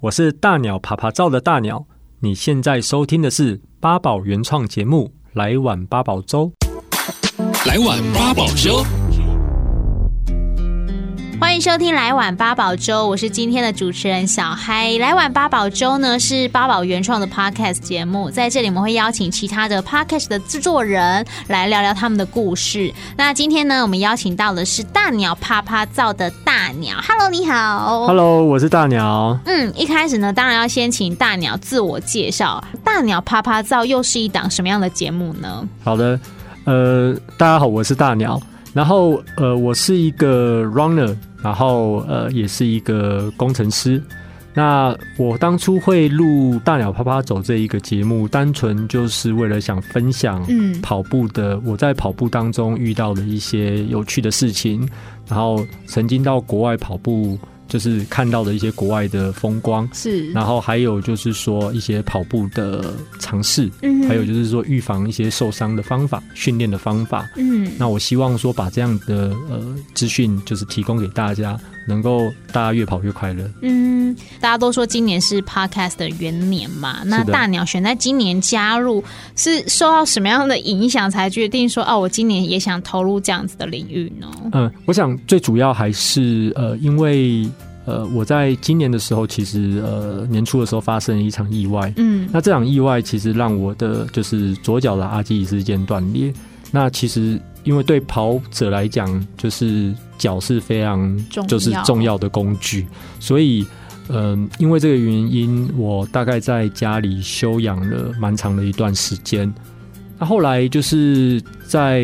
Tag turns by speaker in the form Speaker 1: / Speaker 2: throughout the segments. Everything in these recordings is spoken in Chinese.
Speaker 1: 我是大鸟爬爬照的大鸟。你现在收听的是八宝原创节目《来碗八宝粥》。
Speaker 2: 来碗八宝粥，
Speaker 3: 欢迎收听来碗八宝粥，我是今天的主持人小嗨。来碗八宝粥呢是八宝原创的 podcast 节目，在这里我们会邀请其他的 podcast 的制作人来聊聊他们的故事。那今天呢，我们邀请到的是大鸟啪啪照的大鸟。Hello， 你好。
Speaker 1: Hello， 我是大鸟。
Speaker 3: 一开始呢，当然要先请大鸟自我介绍。大鸟啪啪照又是一档什么样的节目呢？
Speaker 1: 好的，大家好，我是大鸟。然后我是一个 runner， 然后也是一个工程师。那我当初会录大鸟啪啪走这一个节目，单纯就是为了想分享跑步的，我在跑步当中遇到的一些有趣的事情，然后曾经到国外跑步，就是看到的一些国外的风光，是，然后还有就是说一些跑步的尝试，还有就是说预防一些受伤的方法、训练的方法。那我希望说把这样的资讯就是提供给大家，能够大家越跑越快乐。
Speaker 3: 大家都说今年是 Podcast 的元年嘛，那大鸟选在今年加入，是受到什么样的影响才决定说我今年也想投入这样子的领域呢？
Speaker 1: 我想最主要还是因为我在今年的时候，其实年初的时候发生了一场意外。那这场意外其实让我的就是左脚的阿基里斯腱断裂。那其实因为对跑者来讲，就是脚是非常就是重要的工具，所以因为这个原因，我大概在家里休养了蛮长的一段时间。那后来就是在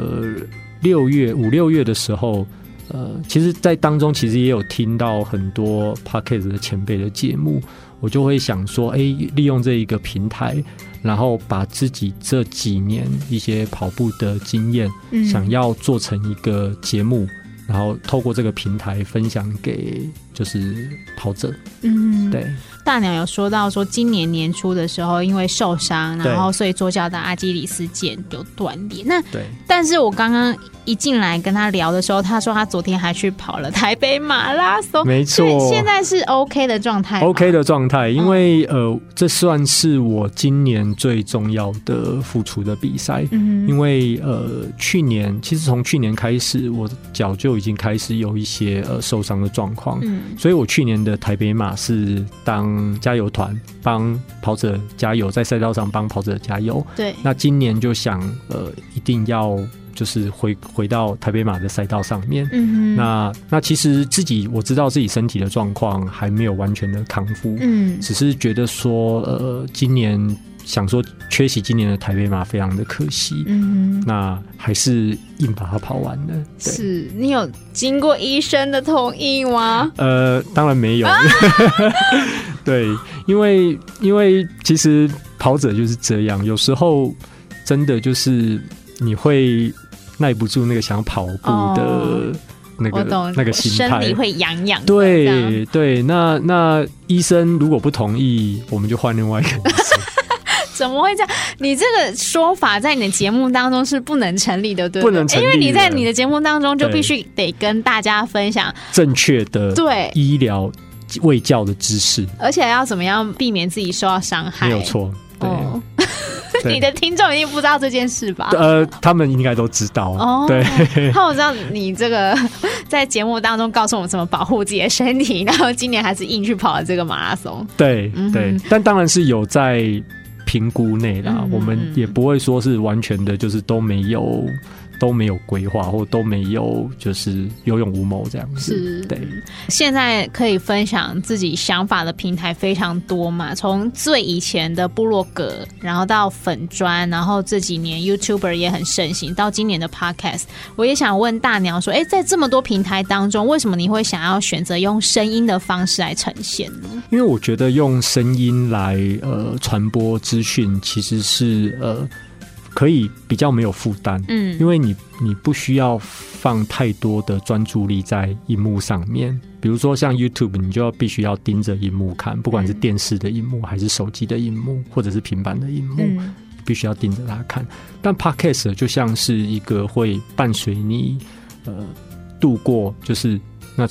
Speaker 1: 5、6月的时候，其实在当中其实也有听到很多 podcast 的前辈的节目，我就会想说利用这一个平台，然后把自己这几年一些跑步的经验想要做成一个节目，然后透过这个平台分享给就是跑者。对。
Speaker 3: 大鸟有说到说今年年初的时候因为受伤，然后所以左脚的阿基里斯腱有断裂。那对，但是我刚刚一进来跟他聊的时候，他说他昨天还去跑了台北马拉松。没错，现在是 OK 的状态。
Speaker 1: OK 的状态，因为这算是我今年最重要的付出的比赛。因为去年其实从去年开始，我脚就已经开始有一些受伤的状况。所以我去年的台北马是当加油团，帮跑者加油，在赛道上帮跑者加油。对，那今年就想一定要就是回到台北马的赛道上面。那其实我知道自己身体的状况还没有完全的康复。只是觉得说今年想说缺席今年的台北马非常的可惜。那还是硬把它跑完了。
Speaker 3: 是你有经过医生的同意吗？
Speaker 1: 当然没有。对，因为其实跑者就是这样，有时候真的就是你会耐不住那个想跑步的那个心态，
Speaker 3: 身体会痒痒的。
Speaker 1: 对对，那医生如果不同意，我们就换另外一个医生。
Speaker 3: 怎么会这样？你这个说法在你的节目当中是不能成立的，对不对？
Speaker 1: 不能成立的，
Speaker 3: 因为你在你的节目当中就必须得跟大家分享
Speaker 1: 正确的对医疗卫教的知识，而
Speaker 3: 且要怎么样避免自己受到伤害。
Speaker 1: 没有错，对。
Speaker 3: 你的听众一定不知道这件事吧？
Speaker 1: 他们应该都知道。对，
Speaker 3: 他们知道你这个在节目当中告诉我们怎么保护自己的身体，然后今年还是硬去跑了这个马拉松。
Speaker 1: 对对，但当然是有在评估内啦，我们也不会说是完全的，就是都没有规划，或都没有就是有勇无谋这样子。是，对。
Speaker 3: 现在可以分享自己想法的平台非常多嘛，从最以前的部落格，然后到粉专，然后这几年 YouTuber 也很盛行，到今年的 Podcast。我也想问大鸟说，在这么多平台当中，为什么你会想要选择用声音的方式来呈现呢？
Speaker 1: 因为我觉得用声音来传播资讯，其实是可以比较没有负担。因为你不需要放太多的专注力在荧幕上面。比如说像 YouTube， 你就必须要盯着荧幕看，不管是电视的荧幕还是手机的荧幕或者是平板的荧幕，必须要盯着它看。但 Podcast 就像是一个会伴随你度过就是那种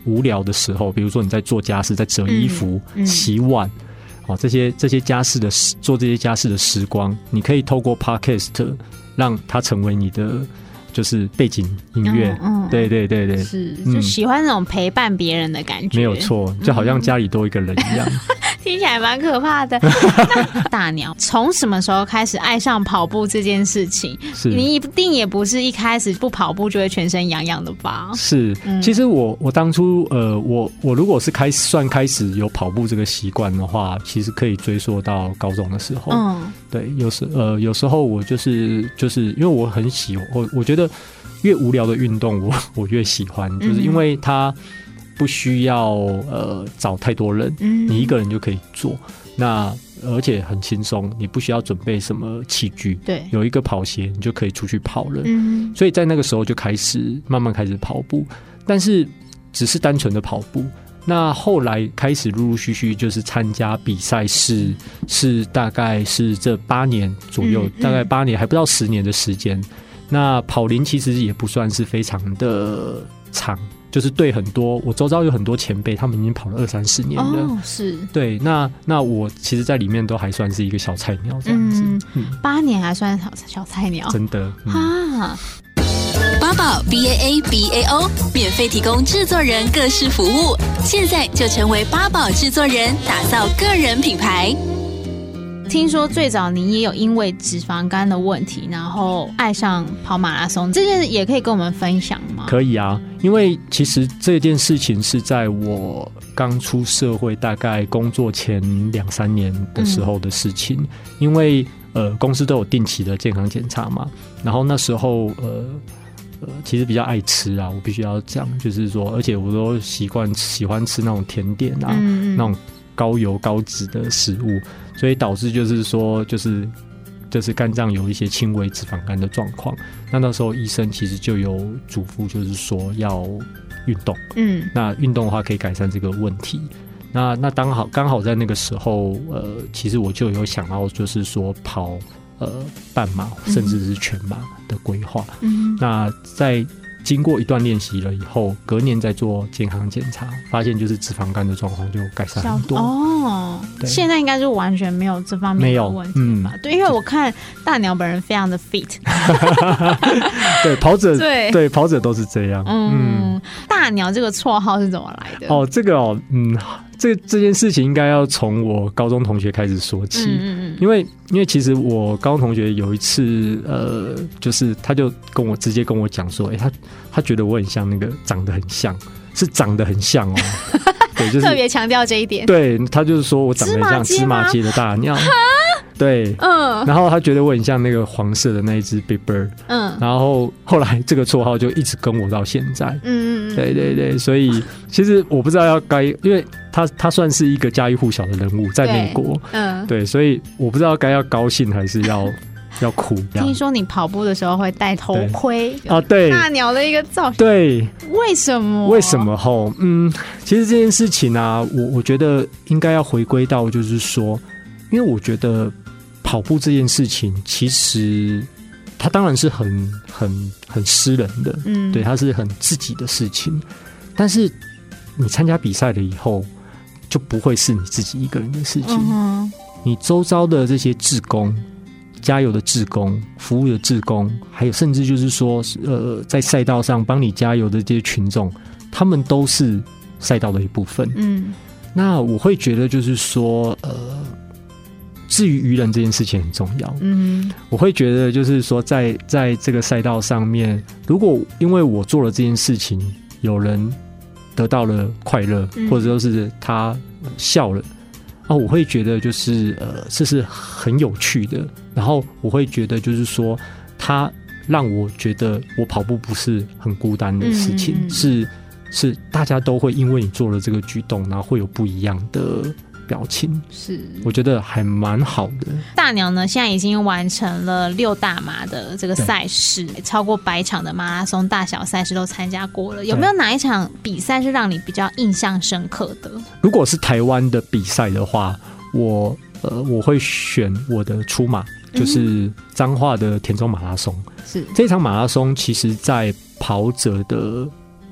Speaker 1: 无聊的时候，比如说你在做家事，在折衣服、洗碗，这些家事的做这些家事的时光，你可以透过 Podcast 让它成为你的就是背景音乐。对对对对，
Speaker 3: 是就喜欢那种陪伴别人的感觉，
Speaker 1: 没有错，就好像家里多一个人一样。
Speaker 3: 听起来蛮可怕的。大鸟从什么时候开始爱上跑步这件事情？你一定也不是一开始不跑步就会全身痒痒的吧？是，
Speaker 1: 其实我当初我如果是开始有跑步这个习惯的话，其实可以追溯到高中的时候。对，有时候我就是因为我很喜欢，我觉得越无聊的运动我越喜欢，就是因为它不需要找太多人，你一个人就可以做，那而且很轻松，你不需要准备什么器具，对，有一个跑鞋你就可以出去跑了。所以在那个时候就慢慢开始跑步，但是只是单纯的跑步。那后来开始陆陆续续就是参加比赛，是大概是这8年左右，大概8年还不到10年的时间。那跑龄其实也不算是非常的长，就是对很多我周遭有很多前辈，他们已经跑了20-30年了。是，对，那我其实在里面都还算是一个小菜鸟这样子。
Speaker 3: 8年还算小菜鸟，
Speaker 1: 真的
Speaker 3: 啊。
Speaker 4: 八宝 BAABAO 免费提供制作人各式服务，现在就成为八宝制作人，打造个人品牌。
Speaker 3: 听说最早你也有因为脂肪肝的问题，然后爱上跑马拉松，这件事也可以跟我们分享吗？
Speaker 1: 可以啊，因为其实这件事情是在我刚出社会，大概工作前2-3年的时候的事情。因为公司都有定期的健康检查嘛，然后那时候其实比较爱吃啊，我必须要讲，就是说，而且我都喜欢吃那种甜点啊，那种高油高脂的食物，所以导致就是说就是肝脏有一些轻微脂肪肝的状况。那时候医生其实就有嘱咐，就是说要运动，那运动的话可以改善这个问题。那刚好在那个时候，其实我就有想到，就是说跑半马甚至是全马的规划。那在经过一段练习了以后，隔年再做健康检查，发现就是脂肪肝的状况就改善很多。
Speaker 3: 现在应该就完全没有这方面的问题吧？对，因为我看大鸟本人非常的 fit。
Speaker 1: 对，跑者对跑者都是这样。
Speaker 3: 大鸟这个绰号是怎么来的？
Speaker 1: 这个这件事情应该要从我高中同学开始说起。因为其实我高中同学有一次就是他就直接跟我讲说，他觉得我很像那个长得很像哦。对，就是
Speaker 3: 特别强调这一点。
Speaker 1: 对，他就是说我长得很像芝麻街的大鸟。对，然后他觉得我很像那个黄色的那一只 Big Bird。然后后来这个绰号就一直跟我到现在。对对对，所以其实我不知道因为他算是一个家喻户晓的人物，在美国。对，所以我不知道该要高兴还是要哭。
Speaker 3: 听说你跑步的时候会戴头盔
Speaker 1: 啊？对，
Speaker 3: 大鸟的一个造型。
Speaker 1: 对，
Speaker 3: 为什么？
Speaker 1: 其实这件事情啊，我觉得应该要回归到，就是说，因为我觉得跑步这件事情，其实它当然是很私人的，对，它是很自己的事情。但是你参加比赛了以后，就不会是你自己一个人的事情。你周遭的这些志工。加油的志工、服务的志工，还有甚至就是说，在赛道上帮你加油的这些群众，他们都是赛道的一部分。那我会觉得就是说，至于愚人这件事情很重要。我会觉得就是说在这个赛道上面，如果因为我做了这件事情，有人得到了快乐，或者说是他笑了。我会觉得就是这是很有趣的，然后我会觉得就是说，它让我觉得我跑步不是很孤单的事情，是大家都会因为你做了这个举动，然后会有不一样的表情，是我觉得还蛮好的。
Speaker 3: 大鸟呢，现在已经完成了6大马的这个赛事，超过100场的马拉松大小赛事都参加过了。有没有哪一场比赛是让你比较印象深刻的？
Speaker 1: 如果是台湾的比赛的话，我会选我的初马，就是彰化的田中马拉松。是这场马拉松，其实在跑者的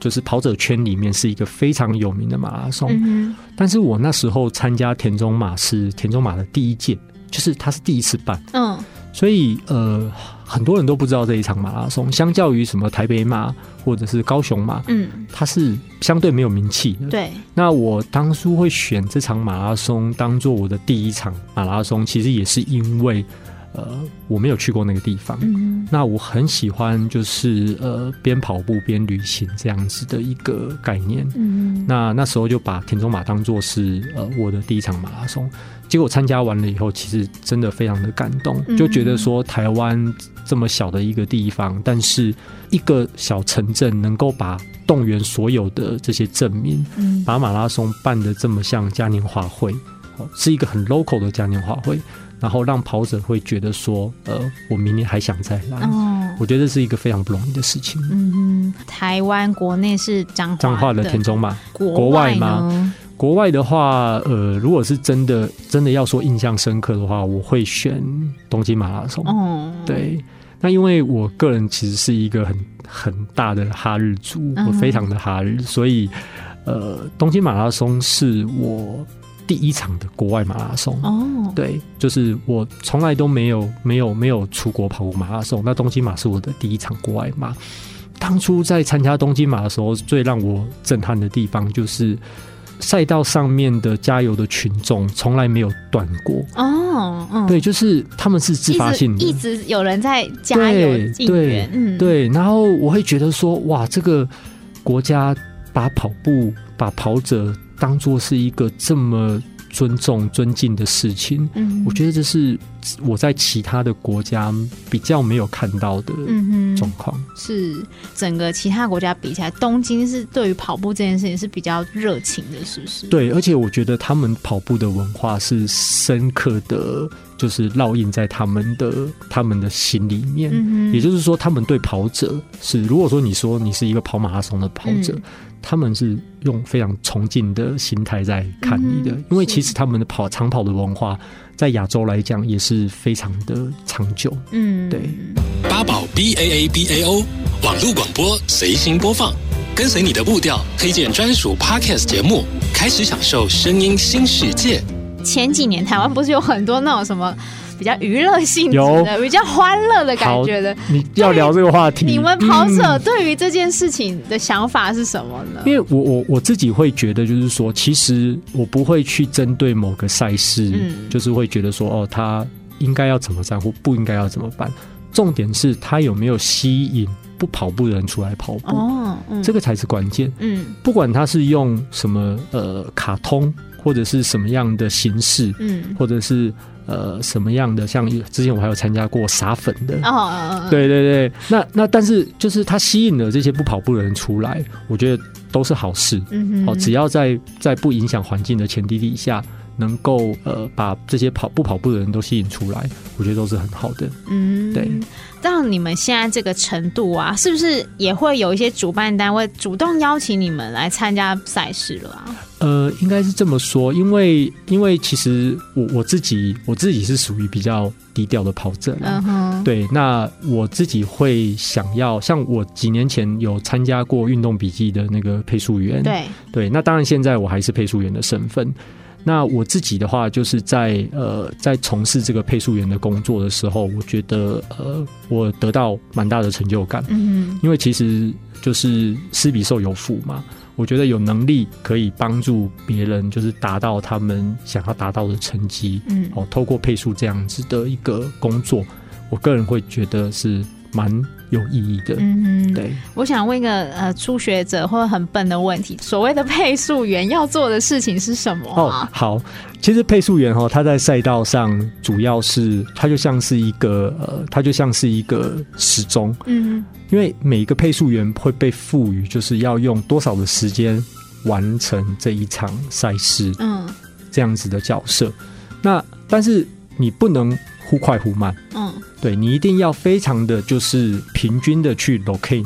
Speaker 1: 就是跑者圈里面是一个非常有名的马拉松，但是我那时候参加田中马是田中马的第一届，就是它是第一次办，所以很多人都不知道这一场马拉松，相较于什么台北马或者是高雄马，它是相对没有名气的。对，那我当初会选这场马拉松当做我的第一场马拉松，其实也是因为我没有去过那个地方，那我很喜欢就是边跑步边旅行这样子的一个概念，那时候就把田中马当作是我的第一场马拉松，结果参加完了以后，其实真的非常的感动，就觉得说台湾这么小的一个地方，但是一个小城镇能够把动员所有的这些镇民，把马拉松办得这么像嘉年华会，是一个很 local 的嘉年华会，然后让跑者会觉得说我明年还想再来，我觉得这是一个非常不容易的事情。
Speaker 3: 台湾国内是彰
Speaker 1: 化的田中马，国外吗？国外的话如果是真的要说印象深刻的话，我会选东京马拉松。对，那因为我个人其实是一个很大的哈日族，我非常的哈日，所以东京马拉松是我第一场的国外马拉松。对，就是我从来都没有出国跑过马拉松，那东京马是我的第一场国外马。当初在参加东京马的时候，最让我震撼的地方就是赛道上面的加油的群众从来没有断过。对，就是他们是自发性的，
Speaker 3: 一直有人在加油应援。
Speaker 1: 对，然后我会觉得说，哇，这个国家把跑者当作是一个这么尊敬的事情，我觉得这是我在其他的国家比较没有看到的状况。
Speaker 3: 是整个其他国家比起来，东京是对于跑步这件事情是比较热情的，是不是？
Speaker 1: 对，而且我觉得他们跑步的文化是深刻的，就是烙印在他们的心里面。也就是说，他们对跑者是，如果说你是一个跑马拉松的跑者，他们是用非常崇敬的心态在看你的，因为其实他们的长跑的文化在亚洲来讲也是非常的长久。对。
Speaker 2: 八宝 BAABAO 网络广播随心播放，跟随你的步调，推荐专属 Podcast 节目，开始享受声音新世界。
Speaker 3: 前几年台湾不是有很多那种什么比较娱乐性质的、比较欢乐的感觉的？
Speaker 1: 你要聊这个话题，
Speaker 3: 你们跑者对于这件事情的想法是什么呢？
Speaker 1: 因为我自己会觉得，就是说，其实我不会去针对某个赛事，就是会觉得说，他应该要怎么站或不应该要怎么办。重点是他有没有吸引不跑步的人出来跑步，这个才是关键。不管他是用什么卡通，或者是什么样的形式，或者是什么样的，像之前我还有参加过撒粉的，对对对，那但是就是他吸引了这些不跑步的人出来，我觉得都是好事。只要在不影响环境的前提底下，能够把这些不跑步的人都吸引出来，我觉得都是很好的。对。
Speaker 3: 到你们现在这个程度啊，是不是也会有一些主办单位主动邀请你们来参加赛事了啊？
Speaker 1: 应该是这么说，因为其实我自己是属于比较低调的跑者啦。对，那我自己会想要，像我几年前有参加过运动笔记的那个配速员，对，那当然现在我还是配速员的身份。那我自己的话，就是在从事这个配速员的工作的时候，我觉得我得到蛮大的成就感。因为其实就是施比受有福嘛，我觉得有能力可以帮助别人，就是达到他们想要达到的成绩。透过配速这样子的一个工作，我个人会觉得是蛮有意义的。对。
Speaker 3: 我想问一个初学者或很笨的问题，所谓的配速员要做的事情是什么啊？
Speaker 1: 好，其实配速员他在赛道上主要是他就像是一个时钟。因为每一个配速员会被赋予就是要用多少的时间完成这一场赛事，这样子的角色。那但是你不能忽快忽慢，对，你一定要非常的就是平均的去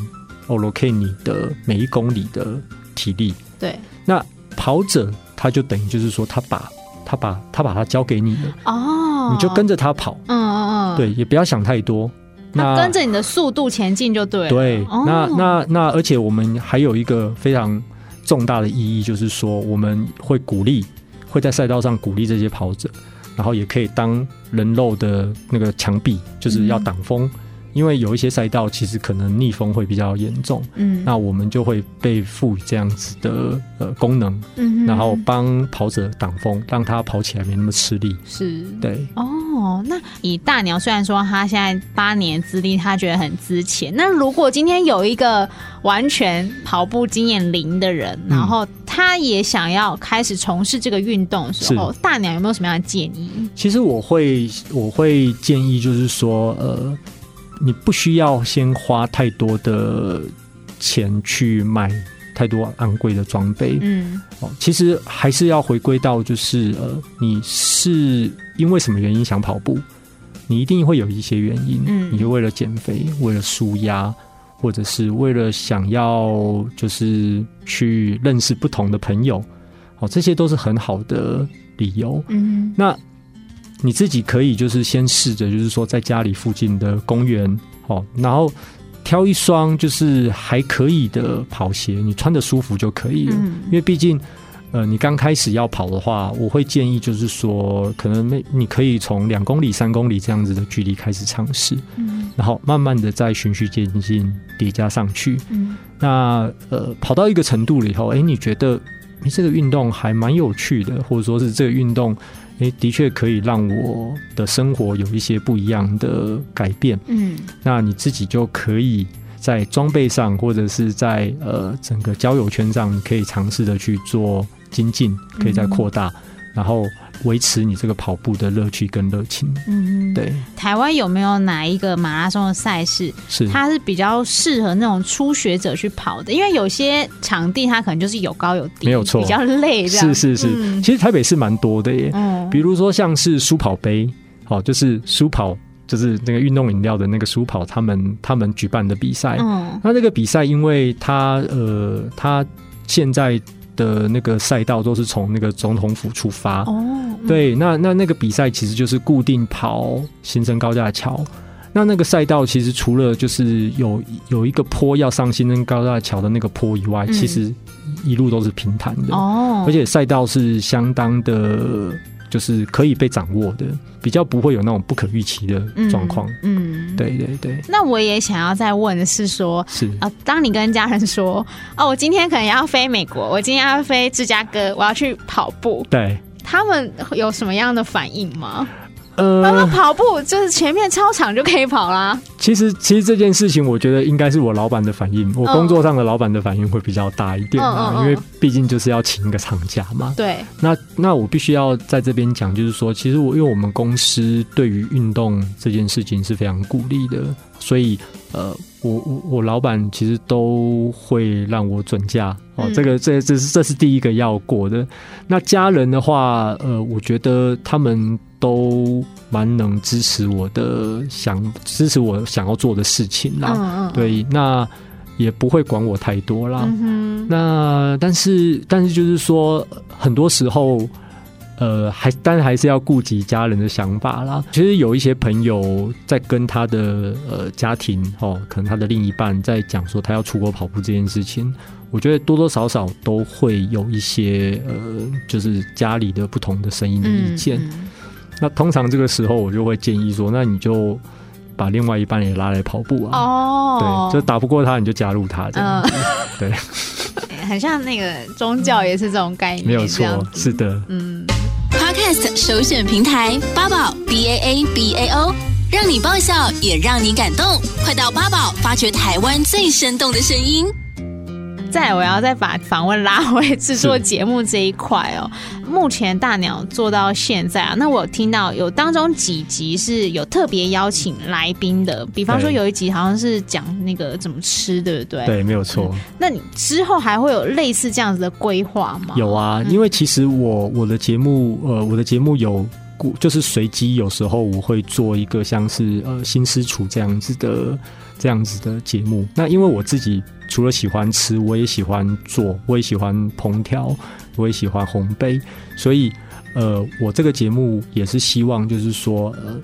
Speaker 1: locate 你的每一公里的体力。对，那跑者他就等于就是说他把它交给你了，你就跟着他跑。对，也不要想太多，
Speaker 3: 那跟着你的速度前进就对了。
Speaker 1: 对，那而且我们还有一个非常重大的意义，就是说我们会在赛道上鼓励这些跑者，然后也可以当人肉的那个墙壁，就是要挡风。因为有一些赛道其实可能逆风会比较严重，那我们就会被赋予这样子的功能，然后帮跑者挡风，让他跑起来没那么吃力。
Speaker 3: 是，
Speaker 1: 对。
Speaker 3: 那以大鸟虽然说他现在8年资历，他觉得很资浅，那如果今天有一个完全跑步经验零的人，然后他也想要开始从事这个运动的时候，大鸟有没有什么样的建议？
Speaker 1: 其实我会建议，就是说你不需要先花太多的钱去买太多昂贵的装备，其实还是要回归到就是你是因为什么原因想跑步，你一定会有一些原因，你就为了减肥，为了舒压，或者是为了想要就是去认识不同的朋友，这些都是很好的理由。那你自己可以就是先试着就是说在家里附近的公园，然后挑一双就是还可以的跑鞋，你穿得舒服就可以了。因为毕竟你刚开始要跑的话，我会建议就是说可能你可以从2公里3公里这样子的距离开始尝试，然后慢慢的再循序渐进叠加上去。那跑到一个程度了以后，你觉得这个运动还蛮有趣的，或者说是这个运动的确可以让我的生活有一些不一样的改变。那你自己就可以在装备上，或者是在整个交友圈上，你可以尝试的去做精进，可以再扩大，然后维持你这个跑步的乐趣跟热情。对。
Speaker 3: 台湾有没有哪一个马拉松的赛事它是比较适合那种初学者去跑的？因为有些场地它可能就是有高有低，
Speaker 1: 没有错，
Speaker 3: 比较累这样。
Speaker 1: 是其实台北是蛮多的耶。比如说像是舒跑杯，就是舒跑，就是那个运动饮料的那个舒跑，他们举办的比赛。那个比赛因为它现在的那个赛道都是从那个总统府出发。对，那个比赛其实就是固定跑新生高架桥。那个赛道其实除了就是有一个坡要上新生高架桥的那个坡以外，其实一路都是平坦的。而且赛道是相当的就是可以被掌握的，比较不会有那种不可预期的状况。对。
Speaker 3: 那我也想要再问的是说，当你跟家人说我今天可能要飞美国，我今天要飞芝加哥，我要去跑步，
Speaker 1: 对，
Speaker 3: 他们有什么样的反应吗？跑步就是前面操场就可以跑啦。其实
Speaker 1: 这件事情，我觉得应该是我老板的反应，我工作上的老板的反应会比较大一点因为毕竟就是要请一个长假嘛。对。那我必须要在这边讲，就是说，其实因为我们公司对于运动这件事情是非常鼓励的，所以我老板其实都会让我准假这是第一个要过的。那家人的话，我觉得他们都蛮能支持我想要做的事情啦。对，那也不会管我太多啦。那但是就是说，很多时候但还是要顾及家人的想法啦。其实有一些朋友在跟他的家庭可能他的另一半在讲说他要出国跑步这件事情，我觉得多多少少都会有一些就是家里的不同的声音的意见。那通常这个时候我就会建议说，那你就把另外一半也拉来跑步啊。对，就打不过他你就加入他这样子。对，
Speaker 3: 很像那个宗教也是这种概念。
Speaker 1: 没有错，是的。
Speaker 4: Podcast 首选平台八宝 BAABAO， 让你爆笑也让你感动，快到八宝发掘台湾最生动的声音。
Speaker 3: 再来我要再把访问拉回制作节目这一块目前大鸟做到现在那我有听到有当中几集是有特别邀请来宾的，比方说有一集好像是讲那个怎么吃，对不对？
Speaker 1: 对，没有错。
Speaker 3: 那你之后还会有类似这样子的规划吗？
Speaker 1: 有啊，因为其实我的节目有就是随机，有时候我会做一个像是新私厨这样子的节目。那因为我自己除了喜欢吃，我也喜欢做，我也喜欢烹调，我也喜欢烘焙，所以我这个节目也是希望就是说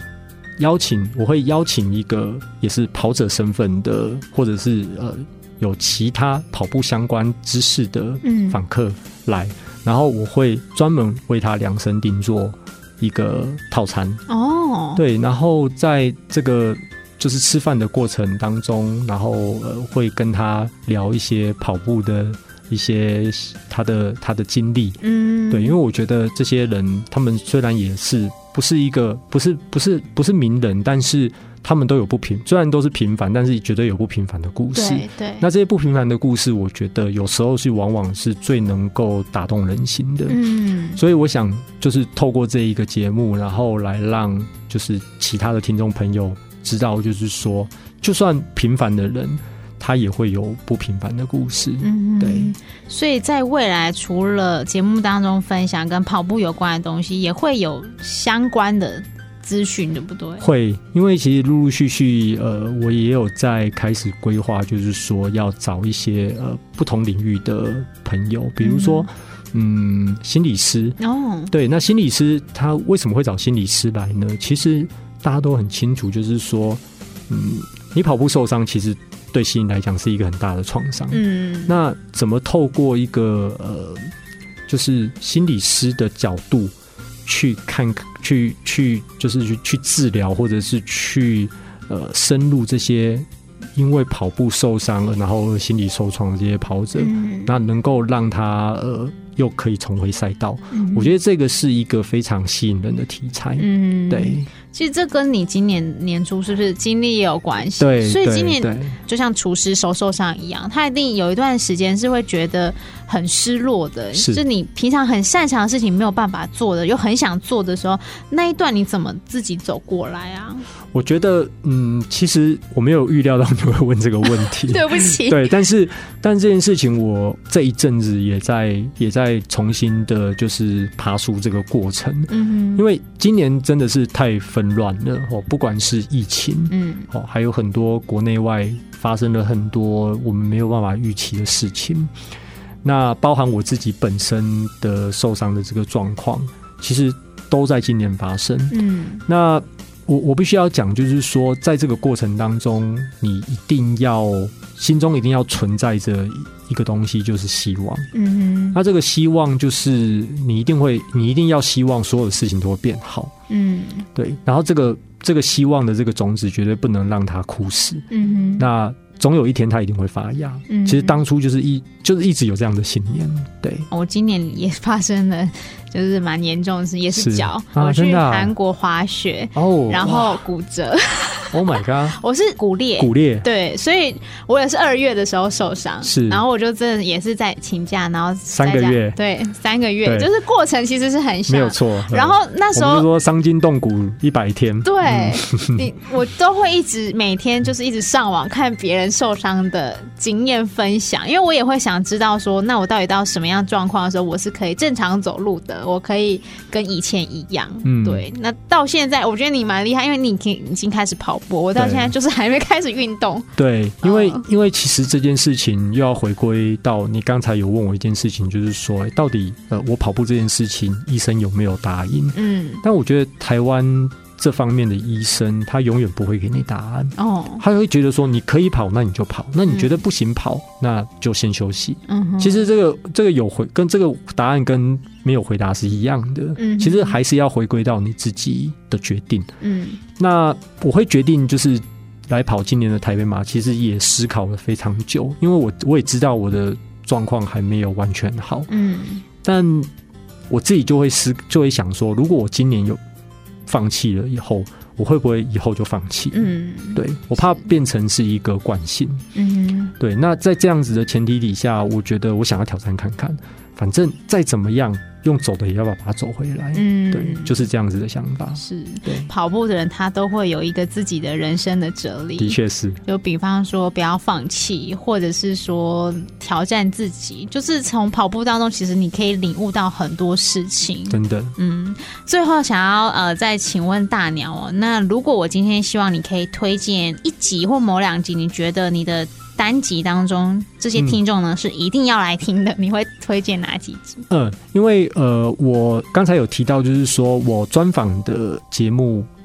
Speaker 1: 我会邀请一个也是跑者身份的，或者是有其他跑步相关知识的访客来，然后我会专门为他量身定做一个套餐哦。对，然后在这个就是吃饭的过程当中，然后会跟他聊一些跑步的一些他的经历。对，因为我觉得这些人他们虽然也是不是名人，但是他们都有虽然都是平凡，但是绝对有不平凡的故事。
Speaker 3: 对，
Speaker 1: 那这些不平凡的故事，我觉得有时候是往往是最能够打动人心的。所以我想就是透过这一个节目，然后来让就是其他的听众朋友知道，就是说就算平凡的人他也会有不平凡的故事。对，
Speaker 3: 所以在未来除了节目当中分享跟跑步有关的东西，也会有相关的资讯，对不对？会，
Speaker 1: 因为其实陆陆续续我也有在开始规划，就是说要找一些不同领域的朋友，比如说心理师。对，那心理师他为什么会找心理师来呢？其实大家都很清楚，就是说你跑步受伤其实对心理来讲是一个很大的创伤。那怎么透过一个就是心理师的角度去看，去就是去治疗，或者是去深入这些因为跑步受伤了然后心理受创的这些跑者，那能够让他又可以重回赛道。我觉得这个是一个非常吸引人的题材。对，
Speaker 3: 其实这跟你今年年初是不是经历也有关系？
Speaker 1: 对，
Speaker 3: 所以今年就像厨师手受伤一样，他一定有一段时间是会觉得很失落的，就是你平常很擅长的事情没有办法做的，又很想做的时候，那一段你怎么自己走过来啊？
Speaker 1: 我觉得其实我没有预料到你会问这个问题。
Speaker 3: 对不起。
Speaker 1: 对，但这件事情我这一阵子也在重新的就是爬梳这个过程。因为今年真的是太纷乱了不管是疫情还有很多国内外发生了很多我们没有办法预期的事情，那包含我自己本身的受伤的这个状况，其实都在今年发生。那我必须要讲，就是说在这个过程当中，你一定要心中一定要存在着一个东西，就是希望。那这个希望就是你一定要希望所有的事情都会变好。对，然后这个希望的这个种子绝对不能让它枯死。那总有一天它一定会发芽。其实当初就是一直有这样的信念。对，
Speaker 3: 我今年也发生了就是蛮严重的事，也是脚，我去韩国滑雪然后骨折。
Speaker 1: Oh my god！
Speaker 3: 我是骨裂，对，所以我也是2月的时候受伤，然后我就真的也是在请假，然后
Speaker 1: 3个月，
Speaker 3: 对，3个月，就是过程其实是很像，
Speaker 1: 没有错。
Speaker 3: 然后那时候我
Speaker 1: 们就说伤筋动骨100天，
Speaker 3: 对，我都会每天就是一直上网看别人受伤的经验分享，因为我也会想知道说，那我到底到什么样状况的时候，我是可以正常走路的，我可以跟以前一样。对，那到现在我觉得你蛮厉害，因为你已经开始跑步，我到现在就是还没开始运动。
Speaker 1: 对，因为其实这件事情又要回归到你刚才有问我一件事情，就是说到底我跑步这件事情医生有没有答应？但我觉得台湾这方面的医生他永远不会给你答案。他会觉得说你可以跑那你就跑，那你觉得不行跑那就先休息。其实这个跟这个答案跟没有回答是一样的。其实还是要回归到你自己的决定。那我会决定就是来跑今年的台北马，其实也思考了非常久，因为我也知道我的状况还没有完全好。但我自己就会想说，如果我今年有放弃了以后，我会不会以后就放弃？对，我怕变成是一个惯性。对，那在这样子的前提底下，我觉得我想要挑战看看，反正再怎么样用走的也要把它走回来。对，就是这样子的想法。
Speaker 3: 是，对，跑步的人他都会有一个自己的人生的哲理。
Speaker 1: 的确是，
Speaker 3: 就比方说不要放弃，或者是说挑战自己，就是从跑步当中其实你可以领悟到很多事情。
Speaker 1: 真的。
Speaker 3: 最后想要再请问大鸟那如果我今天希望你可以推荐一集或某2集，你觉得你的单集当中这些听众呢是一定要来听的，你会推荐哪几集？因
Speaker 1: 为我刚才有提到，就是说我专访的节目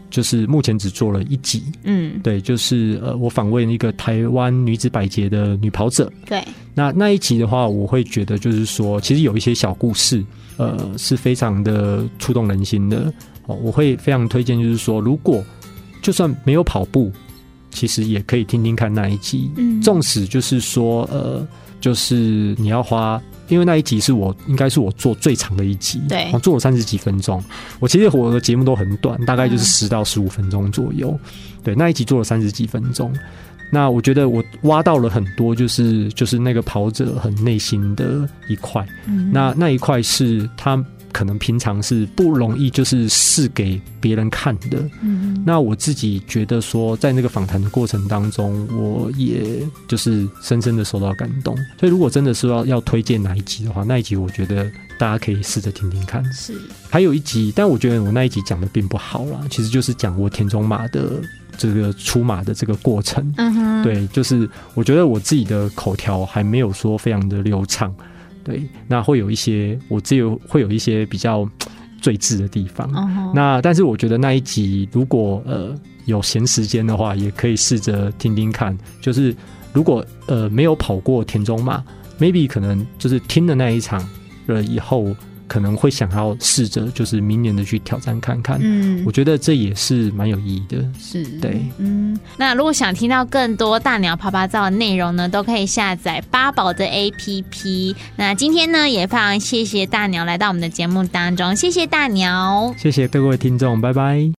Speaker 1: 就是目前只做了1集，对，就是我访问一个台湾女子百捷的女跑者，
Speaker 3: 对，
Speaker 1: 那一集的话，我会觉得就是说，其实有一些小故事，是非常的触动人心的。我会非常推荐，就是说，如果就算没有跑步，其实也可以听听看那一集。纵使就是说，就是你要花，因为那一集是应该是我做最长的一集，
Speaker 3: 对，
Speaker 1: 做了30几分钟。其实我的节目都很短，大概就是10到15分钟左右。对，那一集做了30几分钟。那我觉得我挖到了很多，就是那个跑者很内心的一块。那一块是他可能平常是不容易就是试给别人看的。那我自己觉得说，在那个访谈的过程当中，我也就是深深的受到感动。所以如果真的是要推荐哪一集的话，那一集我觉得大家可以试着听听看。
Speaker 3: 是，
Speaker 1: 还有一集，但我觉得我那一集讲的并不好啦，其实就是讲我田中马的这个出马的这个过程。对，就是我觉得我自己的口条还没有说非常的流畅。对，那会有一些我自己会有一些比较赘字的地方。那但是我觉得那一集如果有闲时间的话，也可以试着听听看。就是如果没有跑过田中马 ，maybe 可能就是听了那一场了以后，可能会想要试着就是明年的去挑战看看。我觉得这也是蛮有意义的。
Speaker 3: 是，
Speaker 1: 对，
Speaker 3: 那如果想听到更多大鸟啪啪照的内容呢，都可以下载八宝的 APP。那今天呢，也非常谢谢大鸟来到我们的节目当中，谢谢大鸟，
Speaker 1: 谢谢各位听众，拜拜。